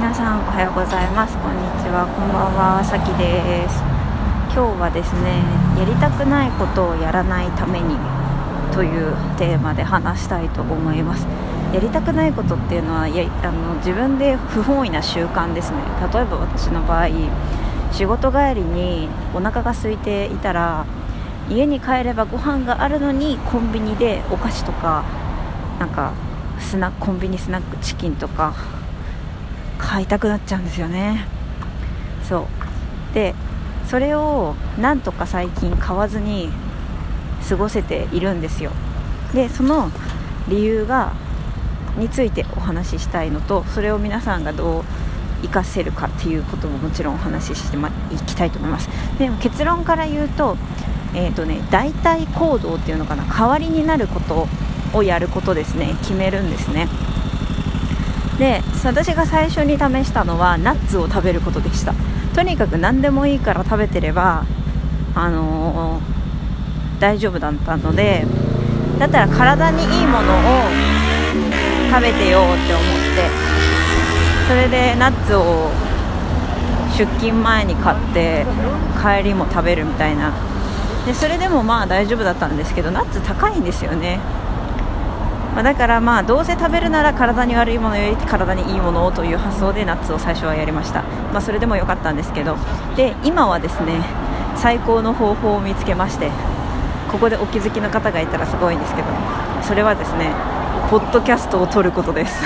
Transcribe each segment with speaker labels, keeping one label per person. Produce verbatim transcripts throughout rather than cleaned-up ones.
Speaker 1: 皆さんおはようございます。こんにちは、こんばんは、さきです。今日はですね、やりたくないことをやらないためにというテーマで話したいと思います。やりたくないことっていうのはやあの自分で不本意な習慣ですね。例えば私の場合、仕事帰りにお腹が空いていたら、家に帰ればご飯があるのにコンビニでお菓子とかなんかスナコンビニスナックチキンとか買いたくなっちゃうんですよね。そうでそれをなんとか最近買わずに過ごせているんですよ。でその理由がについてお話ししたいのと、それを皆さんがどう活かせるかっていうことももちろんお話ししていきたいと思います。でも結論から言うと、えーとね、代替行動っていうのかな、代わりになることをやることですね、決めるんですね。で私が最初に試したのはナッツを食べることでした。とにかく何でもいいから食べてれば、あのー、大丈夫だったので、だったら体にいいものを食べてよって思って、それでナッツを出勤前に買って帰りも食べるみたいな。でそれでもまあ大丈夫だったんですけど、ナッツ高いんですよね。まあ、だからまあどうせ食べるなら体に悪いものより体にいいものをという発想でナッツを最初はやりました。まあ、それでも良かったんですけど、で今はですね、最高の方法を見つけまして、ここでお気づきの方がいたらすごいんですけど、それはですね、ポッドキャストを撮ることです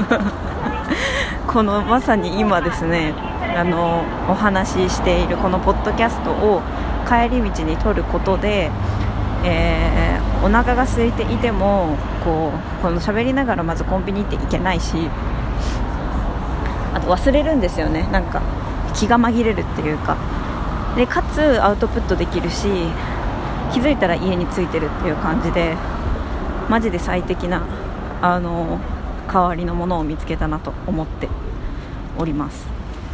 Speaker 1: このまさに今ですね、あのお話ししているこのポッドキャストを帰り道に撮ることで、えー、お腹が空いていてもこうこの喋りながらまずコンビニって行けないし、あと忘れるんですよね。なんか気が紛れるっていうかで、かつアウトプットできるし、気づいたら家に着いてるっていう感じで、マジで最適なあの代わりのものを見つけたなと思っております。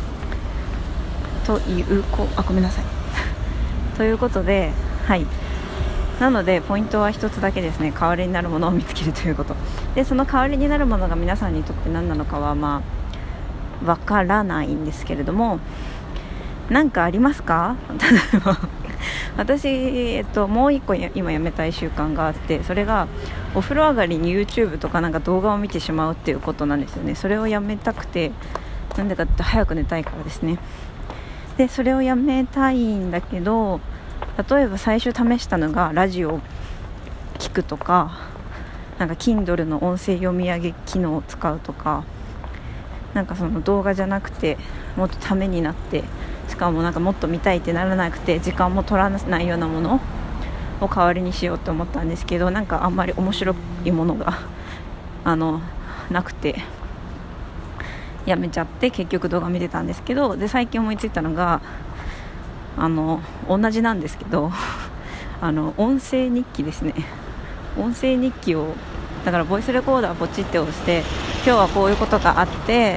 Speaker 1: というこあごめんなさいということで、はいなのでポイントは一つだけですね。代わりになるものを見つけるということで、その代わりになるものが皆さんにとって何なのかはまあわからないんですけれども、何かありますか？例えば私、えっと、もう一個今やめたい習慣があって、それがお風呂上がりに YouTube とかなんか動画を見てしまうっていうことなんですよね。それをやめたくて、なんでかって早く寝たいからですね。でそれをやめたいんだけど、例えば最初試したのがラジオを聞くとか、なんか Kindle の音声読み上げ機能を使うとか、なんかその動画じゃなくてもっとためになって、しかもなんかもっと見たいってならなくて時間も取らないようなものを代わりにしようと思ったんですけど、なんかあんまり面白いものがあのなくてやめちゃって、結局動画見てたんですけど、で最近思いついたのがあの同じなんですけどあの音声日記ですね。音声日記をだからボイスレコーダーポチって押して、今日はこういうことがあって、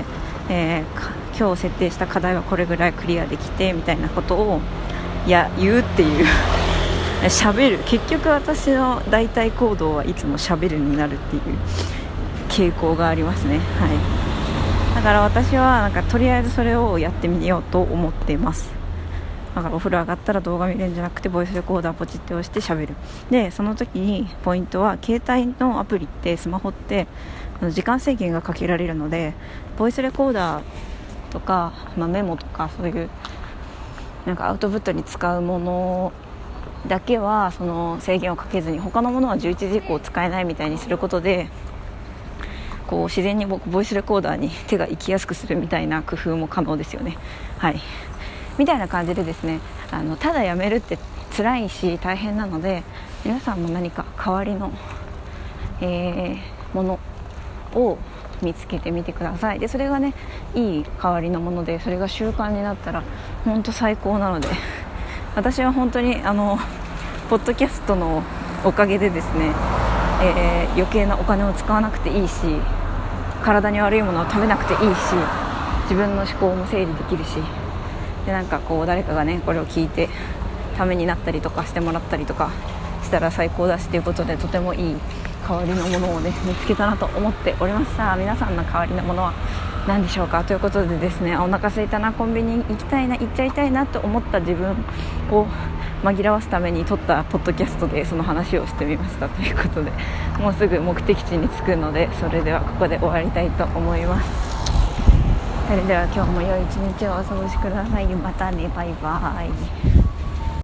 Speaker 1: えー、今日設定した課題はこれぐらいクリアできてみたいなことをや言うっていう喋る。結局私の代替行動はいつも喋るになるっていう傾向がありますね。はい、だから私はなんかとりあえずそれをやってみようと思っています。だからお風呂上がったら動画見るんじゃなくてボイスレコーダーポチって押して喋る。でその時にポイントは、携帯のアプリってスマホって時間制限がかけられるので、ボイスレコーダーとか、まあ、メモとかそういうなんかアウトプットに使うものだけはその制限をかけずに、他のものはじゅういちじ以降使えないみたいにすることで、こう自然に僕ボイスレコーダーに手が行きやすくするみたいな工夫も可能ですよね。はいみたいな感じでですね、あのただやめるって辛いし大変なので、皆さんも何か代わりの、えー、ものを見つけてみてください。でそれがね、いい代わりのもので、それが習慣になったら本当最高なので、私は本当にあのポッドキャストのおかげでですね、えー、余計なお金を使わなくていいし、体に悪いものを食べなくていいし、自分の思考も整理できるし、でなんかこう誰かがねこれを聞いてためになったりとかしてもらったりとかしたら最高だしということで、とてもいい代わりのものをね見つけたなと思っておりました。皆さんの代わりのものは何でしょうか。ということでですね、お腹空いたな、コンビニ行きたいな、行っちゃいたいなと思った自分を紛らわすために撮ったポッドキャストでその話をしてみましたということで、もうすぐ目的地に着くので、それではここで終わりたいと思います。それでは今日も良い一日をお過ごしください。またね、バイバイ。